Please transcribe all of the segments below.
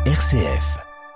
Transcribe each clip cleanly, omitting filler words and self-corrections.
RCF.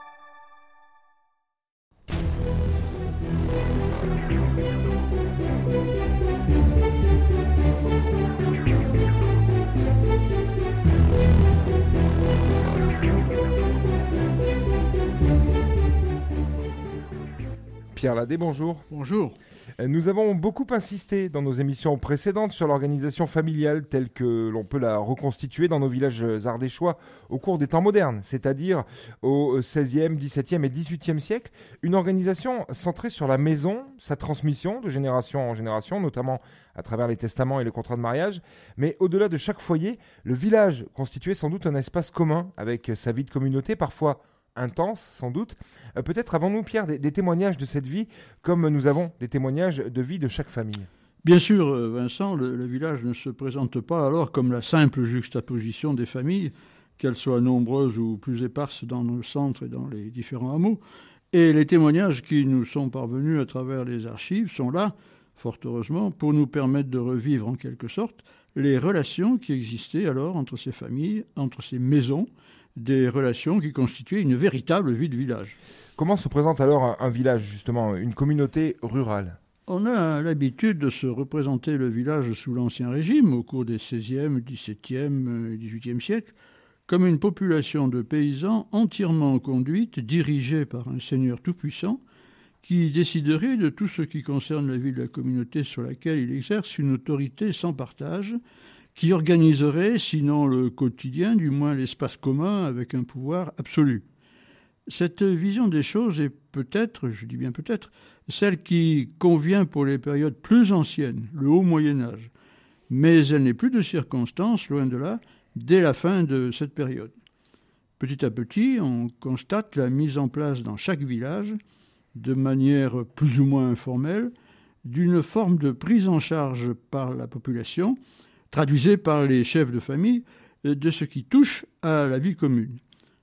Pierre Ladé, bonjour. Bonjour. Nous avons beaucoup insisté dans nos émissions précédentes sur l'organisation familiale telle que l'on peut la reconstituer dans nos villages ardéchois au cours des temps modernes, c'est-à-dire au XVIe, XVIIe et XVIIIe siècle. Une organisation centrée sur la maison, sa transmission de génération en génération, notamment à travers les testaments et les contrats de mariage. Mais au-delà de chaque foyer, le village constituait sans doute un espace commun avec sa vie de communauté, parfois intense sans doute. Peut-être avons-nous, Pierre, des témoignages de cette vie, comme nous avons des témoignages de vie de chaque famille. Bien sûr, Vincent, le village ne se présente pas alors comme la simple juxtaposition des familles, qu'elles soient nombreuses ou plus éparses dans le centre et dans les différents hameaux. Et les témoignages qui nous sont parvenus à travers les archives sont là, fort heureusement, pour nous permettre de revivre en quelque sorte les relations qui existaient alors entre ces familles, entre ces maisons, des relations qui constituaient une véritable vie de village. Comment se présente alors un village, justement, une communauté rurale ? On a l'habitude de se représenter le village sous l'Ancien Régime, au cours des XVIe, XVIIe et XVIIIe siècles, comme une population de paysans entièrement conduite, dirigée par un seigneur tout-puissant, qui déciderait de tout ce qui concerne la vie de la communauté sur laquelle il exerce une autorité sans partage, qui organiserait, sinon le quotidien, du moins l'espace commun avec un pouvoir absolu. Cette vision des choses est peut-être, je dis bien peut-être, celle qui convient pour les périodes plus anciennes, le haut Moyen-Âge. Mais elle n'est plus de circonstance, loin de là, dès la fin de cette période. Petit à petit, on constate la mise en place dans chaque village, de manière plus ou moins informelle, d'une forme de prise en charge par la population, traduisée par les chefs de famille, de ce qui touche à la vie commune.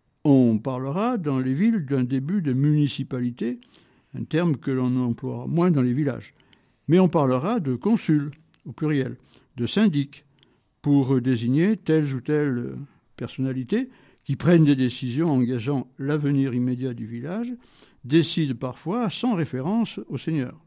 On parlera dans les villes d'un début de municipalité, un terme que l'on emploie moins dans les villages. Mais on parlera de consuls, au pluriel, de syndics, pour désigner telles ou telles personnalités qui prennent des décisions engageant l'avenir immédiat du village, décident parfois sans référence au seigneur.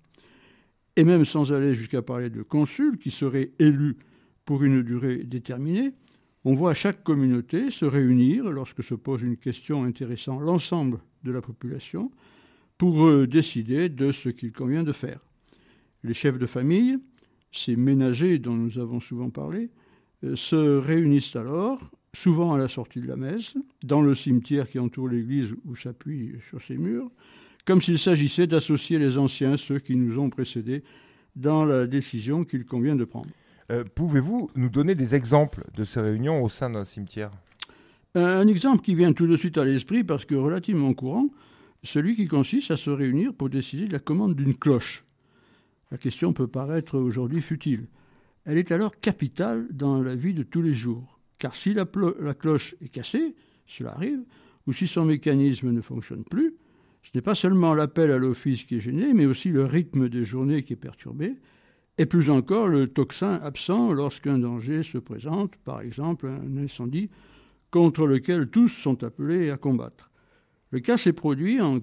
Et même sans aller jusqu'à parler de consuls qui seraient élus pour une durée déterminée, on voit chaque communauté se réunir lorsque se pose une question intéressant l'ensemble de la population pour décider de ce qu'il convient de faire. Les chefs de famille, ces ménagers dont nous avons souvent parlé, se réunissent alors, souvent à la sortie de la messe, dans le cimetière qui entoure l'église ou s'appuie sur ses murs, comme s'il s'agissait d'associer les anciens, ceux qui nous ont précédés, dans la décision qu'il convient de prendre. Pouvez-vous nous donner des exemples de ces réunions au sein d'un cimetière ? Un exemple qui vient tout de suite à l'esprit, parce que relativement courant, celui qui consiste à se réunir pour décider de la commande d'une cloche. La question peut paraître aujourd'hui futile. Elle est alors capitale dans la vie de tous les jours, car si la cloche est cassée, cela arrive, ou si son mécanisme ne fonctionne plus, ce n'est pas seulement l'appel à l'office qui est gêné, mais aussi le rythme des journées qui est perturbé, et plus encore le tocsin absent lorsqu'un danger se présente, par exemple un incendie contre lequel tous sont appelés à combattre. Le cas s'est produit en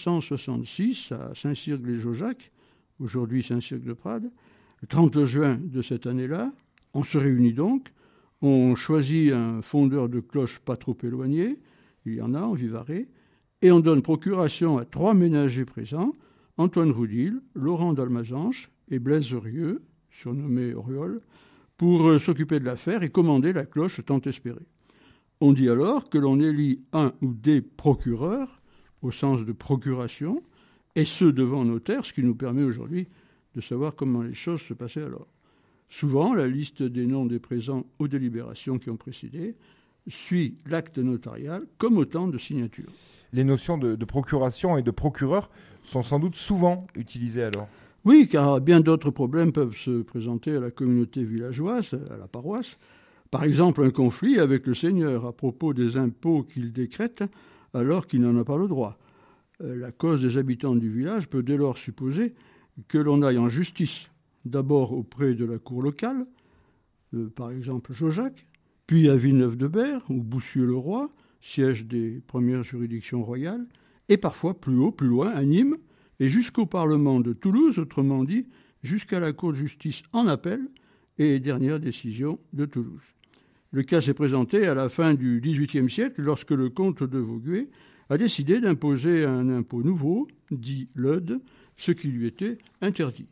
1566 à Saint-Cyrque-les-Jaujac, aujourd'hui Saint-Cyrque-de-Prades. Le 30 juin de cette année-là, on se réunit donc, on choisit un fondeur de cloches pas trop éloigné, il y en a en Vivarais, et on donne procuration à 3 ménagers présents, Antoine Roudil, Laurent d'Almazanche et Blaise Rieux, surnommé Oriol, pour s'occuper de l'affaire et commander la cloche tant espérée. On dit alors que l'on élit un ou des procureurs, au sens de procuration, et ce devant notaire, ce qui nous permet aujourd'hui de savoir comment les choses se passaient alors. Souvent, la liste des noms des présents aux délibérations qui ont précédé suit l'acte notarial comme autant de signatures. Les notions de procuration et de procureur sont sans doute souvent utilisées alors. Oui, car bien d'autres problèmes peuvent se présenter à la communauté villageoise, à la paroisse. Par exemple, un conflit avec le seigneur à propos des impôts qu'il décrète alors qu'il n'en a pas le droit. La cause des habitants du village peut dès lors supposer que l'on aille en justice, d'abord auprès de la cour locale, par exemple Jaujac, puis à Villeneuve-de-Berg ou Boussieu-le-Roi, siège des premières juridictions royales, et parfois plus haut, plus loin, à Nîmes, et jusqu'au Parlement de Toulouse, autrement dit, jusqu'à la Cour de justice en appel et dernière décision de Toulouse. Le cas s'est présenté à la fin du XVIIIe siècle, lorsque le comte de Vaugué a décidé d'imposer un impôt nouveau, dit l'eude, ce qui lui était interdit.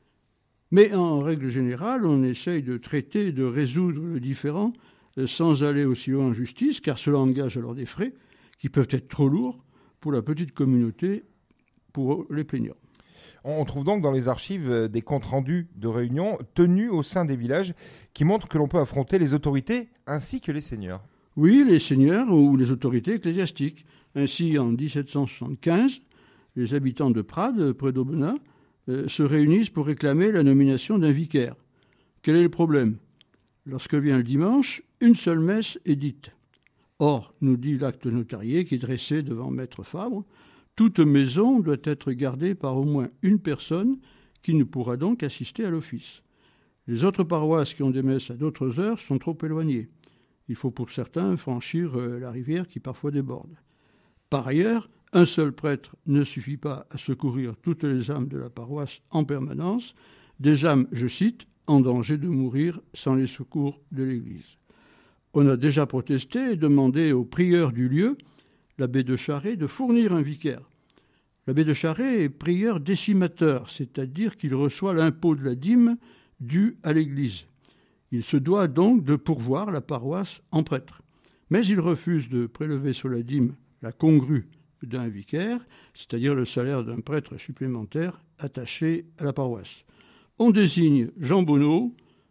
Mais en règle générale, on essaye de traiter, de résoudre le différend sans aller aussi loin en justice, car cela engage alors des frais qui peuvent être trop lourds pour la petite communauté, pour les plaignants. On trouve donc dans les archives des comptes rendus de réunions tenus au sein des villages qui montrent que l'on peut affronter les autorités ainsi que les seigneurs. Oui, les seigneurs ou les autorités ecclésiastiques. Ainsi, en 1775, les habitants de Prades, près d'Aubenas, se réunissent pour réclamer la nomination d'un vicaire. Quel est le problème ? Lorsque vient le dimanche, une seule messe est dite. Or, nous dit l'acte notarié qui est dressé devant Maître Fabre, toute maison doit être gardée par au moins une personne qui ne pourra donc assister à l'office. Les autres paroisses qui ont des messes à d'autres heures sont trop éloignées. Il faut pour certains franchir la rivière qui parfois déborde. Par ailleurs, un seul prêtre ne suffit pas à secourir toutes les âmes de la paroisse en permanence, des âmes, je cite, en danger de mourir sans les secours de l'Église. On a déjà protesté et demandé au prieur du lieu, l'abbé de Charret, de fournir un vicaire. L'abbé de Charret est prieur décimateur, c'est-à-dire qu'il reçoit l'impôt de la dîme due à l'Église. Il se doit donc de pourvoir la paroisse en prêtre. Mais il refuse de prélever sur la dîme la congrue d'un vicaire, c'est-à-dire le salaire d'un prêtre supplémentaire attaché à la paroisse. On désigne Jean Bonneau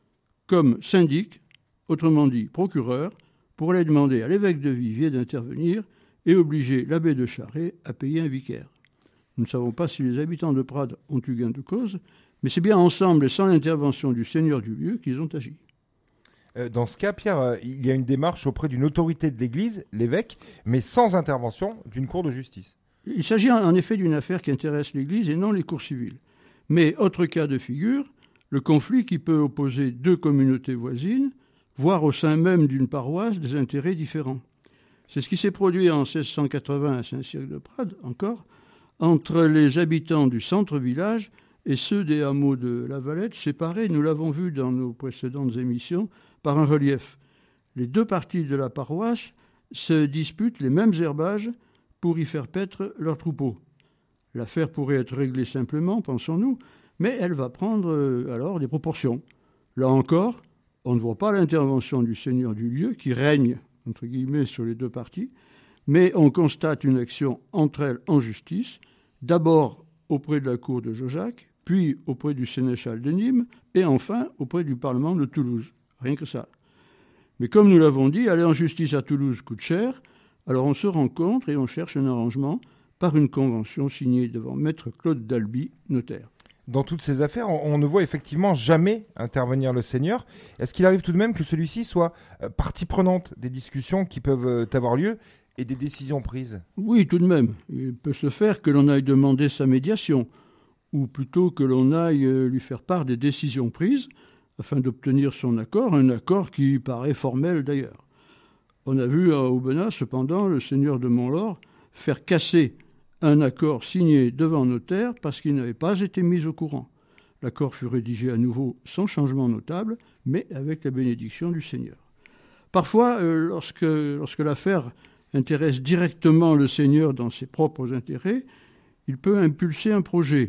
comme syndic, autrement dit procureur, pour aller demander à l'évêque de Viviers d'intervenir et obliger l'abbé de Charret à payer un vicaire. Nous ne savons pas si les habitants de Prades ont eu gain de cause, mais c'est bien ensemble et sans l'intervention du seigneur du lieu qu'ils ont agi. Dans ce cas, Pierre, il y a une démarche auprès d'une autorité de l'Église, l'évêque, mais sans intervention d'une cour de justice. Il s'agit en effet d'une affaire qui intéresse l'Église et non les cours civiles. Mais autre cas de figure, le conflit qui peut opposer deux communautés voisines, voire au sein même d'une paroisse des intérêts différents. C'est ce qui s'est produit en 1680 à Saint-Cirque-de-Prades, encore, entre les habitants du centre-village et ceux des hameaux de la Valette, séparés, nous l'avons vu dans nos précédentes émissions, par un relief. Les deux parties de la paroisse se disputent les mêmes herbages pour y faire paître leurs troupeaux. L'affaire pourrait être réglée simplement, pensons-nous, mais elle va prendre alors des proportions. Là encore, on ne voit pas l'intervention du seigneur du lieu qui règne, entre guillemets, sur les deux parties, mais on constate une action entre elles en justice, d'abord auprès de la cour de Jaujac, puis auprès du sénéchal de Nîmes, et enfin auprès du Parlement de Toulouse. Rien que ça. Mais comme nous l'avons dit, aller en justice à Toulouse coûte cher, alors on se rencontre et on cherche un arrangement par une convention signée devant Maître Claude d'Albi, notaire. Dans toutes ces affaires, on ne voit effectivement jamais intervenir le seigneur. Est-ce qu'il arrive tout de même que celui-ci soit partie prenante des discussions qui peuvent avoir lieu et des décisions prises ? Oui, tout de même. Il peut se faire que l'on aille demander sa médiation, ou plutôt que l'on aille lui faire part des décisions prises, afin d'obtenir son accord, un accord qui paraît formel d'ailleurs. On a vu à Aubenas, cependant, le seigneur de Montlore faire casser un accord signé devant notaire parce qu'il n'avait pas été mis au courant. L'accord fut rédigé à nouveau sans changement notable, mais avec la bénédiction du seigneur. Parfois, lorsque l'affaire intéresse directement le seigneur dans ses propres intérêts, il peut impulser un projet.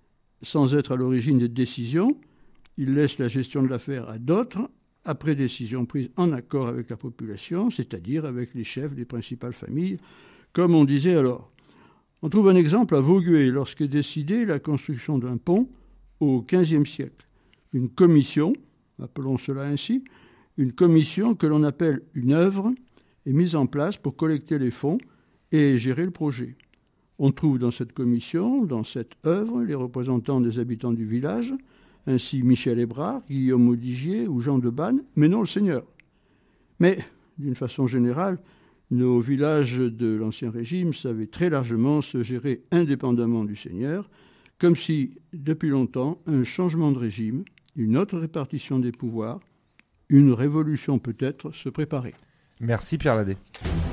Sans être à l'origine des décisions, il laisse la gestion de l'affaire à d'autres, après décision prise en accord avec la population, c'est-à-dire avec les chefs des principales familles, comme on disait alors. On trouve un exemple à Vaugué, lorsqu'est décidée la construction d'un pont au XVe siècle. Une commission, appelons cela ainsi, une commission que l'on appelle une œuvre, est mise en place pour collecter les fonds et gérer le projet. On trouve dans cette commission, dans cette œuvre, les représentants des habitants du village, ainsi Michel Hébrard, Guillaume Audigier ou Jean de Banne, mais non le seigneur. Mais, d'une façon générale, nos villages de l'Ancien Régime savaient très largement se gérer indépendamment du seigneur, comme si, depuis longtemps, un changement de régime, une autre répartition des pouvoirs, une révolution peut-être se préparait. Merci Pierre Ladet.